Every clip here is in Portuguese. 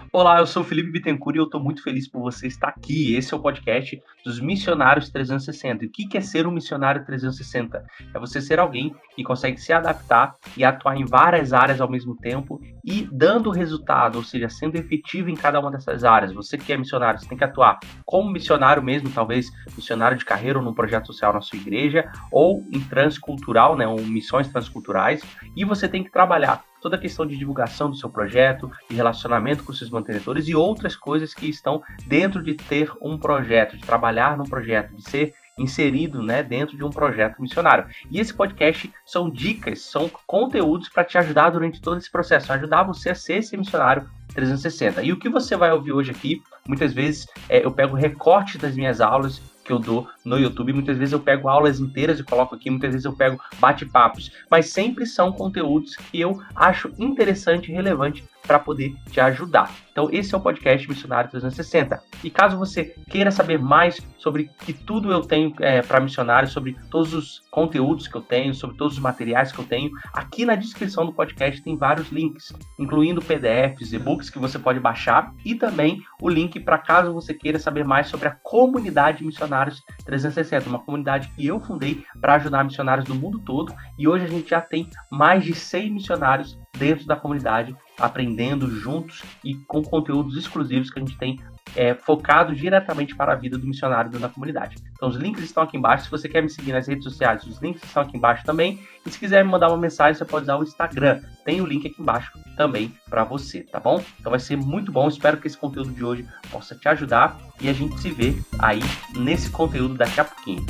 Olá, eu sou o Felipe Bittencourt e eu estou muito feliz por você estar aqui. Esse é o podcast dos Missionários 360. E o que é ser um missionário 360? É você ser alguém que consegue se adaptar e atuar em várias áreas ao mesmo tempo e dando resultado, ou seja, sendo efetivo em cada uma dessas áreas. Você que é missionário, você tem que atuar como missionário mesmo, talvez missionário de carreira ou num projeto social na sua igreja, ou em transcultural, né, ou missões transculturais, e você tem que trabalhar toda a questão de divulgação do seu projeto, de relacionamento com seus mantenedores e outras coisas que estão dentro de ter um projeto, de trabalhar num projeto, de ser inserido, né, dentro de um projeto missionário. E esse podcast são dicas, são conteúdos para te ajudar durante todo esse processo, ajudar você a ser esse missionário 360. E o que você vai ouvir hoje aqui, muitas vezes eu pego recortes das minhas aulas que eu dou no YouTube, muitas vezes eu pego aulas inteiras e coloco aqui, muitas vezes eu pego bate-papos, mas sempre são conteúdos que eu acho interessante e relevante para poder te ajudar. Então esse é o podcast Missionário 360. E caso você queira saber mais sobre que tudo eu tenho para missionários, sobre todos os conteúdos que eu tenho, sobre todos os materiais que eu tenho, aqui na descrição do podcast tem vários links, incluindo PDFs, e-books que você pode baixar e também o link para caso você queira saber mais sobre a comunidade Missionários 360, uma comunidade que eu fundei para ajudar missionários do mundo todo, e hoje a gente já tem mais de 100 missionários dentro da comunidade, aprendendo juntos e com conteúdos exclusivos que a gente tem focado diretamente para a vida do missionário da comunidade. Então os links estão aqui embaixo. Se você quer me seguir nas redes sociais, os links estão aqui embaixo também. E se quiser me mandar uma mensagem, você pode usar o Instagram. Tem o link aqui embaixo também para você, tá bom? Então vai ser muito bom. Espero que esse conteúdo de hoje possa te ajudar e a gente se vê aí nesse conteúdo daqui a pouquinho.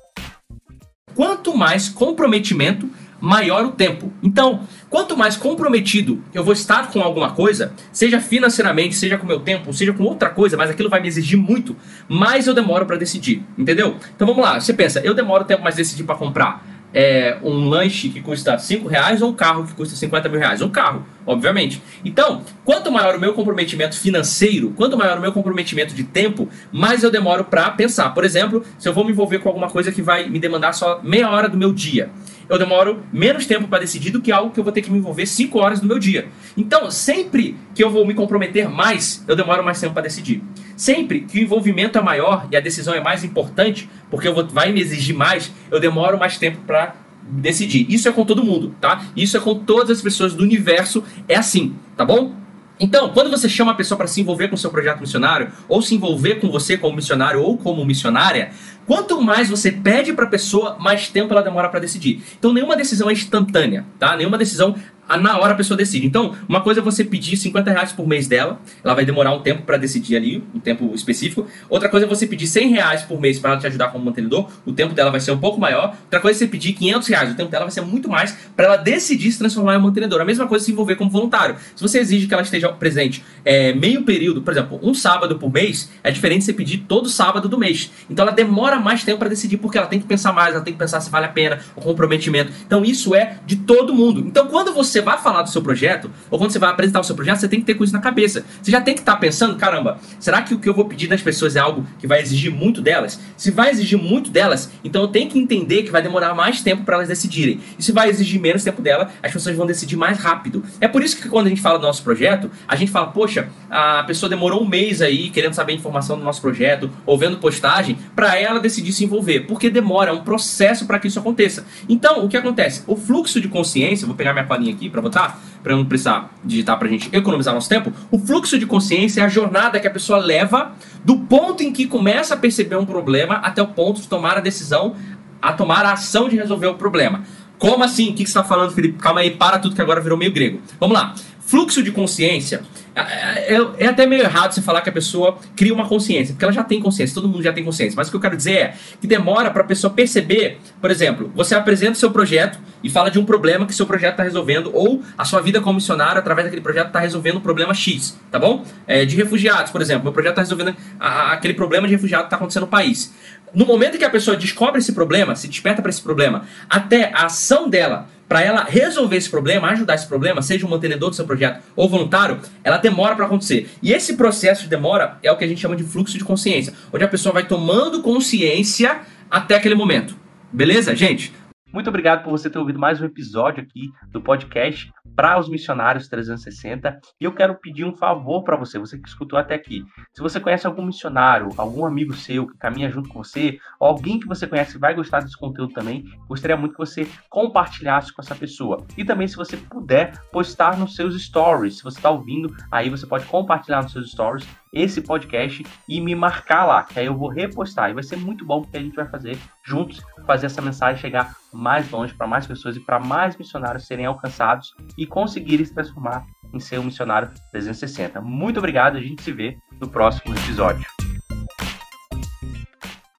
Quanto mais comprometimento, maior o tempo. Então, quanto mais comprometido eu vou estar com alguma coisa, seja financeiramente, seja com o meu tempo, seja com outra coisa, mas aquilo vai me exigir muito, mais eu demoro para decidir, entendeu? Então vamos lá, você pensa, eu demoro tempo mais decidir para comprar um lanche que custa R$5 ou um carro que custa R$50 mil? Um carro, obviamente. Então, quanto maior o meu comprometimento financeiro, quanto maior o meu comprometimento de tempo, mais eu demoro para pensar. Por exemplo, se eu vou me envolver com alguma coisa que vai me demandar só meia hora do meu dia, eu demoro menos tempo para decidir do que algo que eu vou ter que me envolver 5 horas do meu dia. Então, sempre que eu vou me comprometer mais, eu demoro mais tempo para decidir. Sempre que o envolvimento é maior e a decisão é mais importante, porque vai me exigir mais, eu demoro mais tempo para decidir. Isso é com todo mundo, tá? Isso é com todas as pessoas do universo, é assim, tá bom? Então, quando você chama a pessoa para se envolver com o seu projeto missionário, ou se envolver com você como missionário ou como missionária, quanto mais você pede para a pessoa, mais tempo ela demora para decidir. Então, nenhuma decisão é instantânea, tá? Nenhuma decisão na hora a pessoa decide. Então, uma coisa é você pedir R$50 por mês dela, ela vai demorar um tempo para decidir ali, um tempo específico. Outra coisa é você pedir R$100 por mês para ela te ajudar como mantenedor, o tempo dela vai ser um pouco maior. Outra coisa é você pedir R$500, o tempo dela vai ser muito mais para ela decidir se transformar em mantenedor. A mesma coisa é se envolver como voluntário. Se você exige que ela esteja presente meio período, por exemplo, um sábado por mês, é diferente de você pedir todo sábado do mês. Então ela demora mais tempo para decidir, porque ela tem que pensar mais, ela tem que pensar se vale a pena, o comprometimento. Então isso é de todo mundo. Então quando você vai falar do seu projeto, ou quando você vai apresentar o seu projeto, você tem que ter com isso na cabeça. Você já tem que estar pensando, caramba, será que o que eu vou pedir das pessoas é algo que vai exigir muito delas? Se vai exigir muito delas, então eu tenho que entender que vai demorar mais tempo para elas decidirem. E se vai exigir menos tempo dela, as pessoas vão decidir mais rápido. É por isso que quando a gente fala do nosso projeto, a gente fala, poxa, a pessoa demorou um mês aí querendo saber a informação do nosso projeto, ou vendo postagem, para ela decidir se envolver. Porque demora, é um processo para que isso aconteça. Então, o que acontece? O fluxo de consciência, vou pegar minha colinha aqui para botar, para não precisar digitar para a gente economizar nosso tempo. O fluxo de consciência é a jornada que a pessoa leva do ponto em que começa a perceber um problema até o ponto de tomar a decisão, a tomar a ação de resolver o problema. Como assim? O que você está falando, Felipe? Calma aí, para tudo que agora virou meio grego. Vamos lá. Fluxo de consciência é até meio errado você falar que a pessoa cria uma consciência, porque ela já tem consciência, todo mundo já tem consciência. Mas o que eu quero dizer é que demora para a pessoa perceber. Por exemplo, você apresenta o seu projeto e fala de um problema que seu projeto está resolvendo, ou a sua vida como missionário, através daquele projeto, está resolvendo um problema X, tá bom? De refugiados, por exemplo. Meu projeto está resolvendo aquele problema de refugiado que está acontecendo no país. No momento em que a pessoa descobre esse problema, se desperta para esse problema, até a ação dela para ela resolver esse problema, ajudar esse problema, seja um mantenedor do seu projeto ou voluntário, ela demora para acontecer. E esse processo de demora é o que a gente chama de fluxo de consciência, onde a pessoa vai tomando consciência até aquele momento. Beleza, gente? Muito obrigado por você ter ouvido mais um episódio aqui do podcast para os Missionários 360. E eu quero pedir um favor para você, você que escutou até aqui. Se você conhece algum missionário, algum amigo seu que caminha junto com você, ou alguém que você conhece que vai gostar desse conteúdo também, gostaria muito que você compartilhasse com essa pessoa. E também, se você puder, postar nos seus stories. Se você está ouvindo, aí você pode compartilhar nos seus stories esse podcast e me marcar lá, que aí eu vou repostar. E vai ser muito bom, porque a gente vai fazer juntos, fazer essa mensagem chegar mais longe para mais pessoas e para mais missionários serem alcançados e conseguirem se transformar em ser um missionário 360. Muito obrigado, a gente se vê no próximo episódio.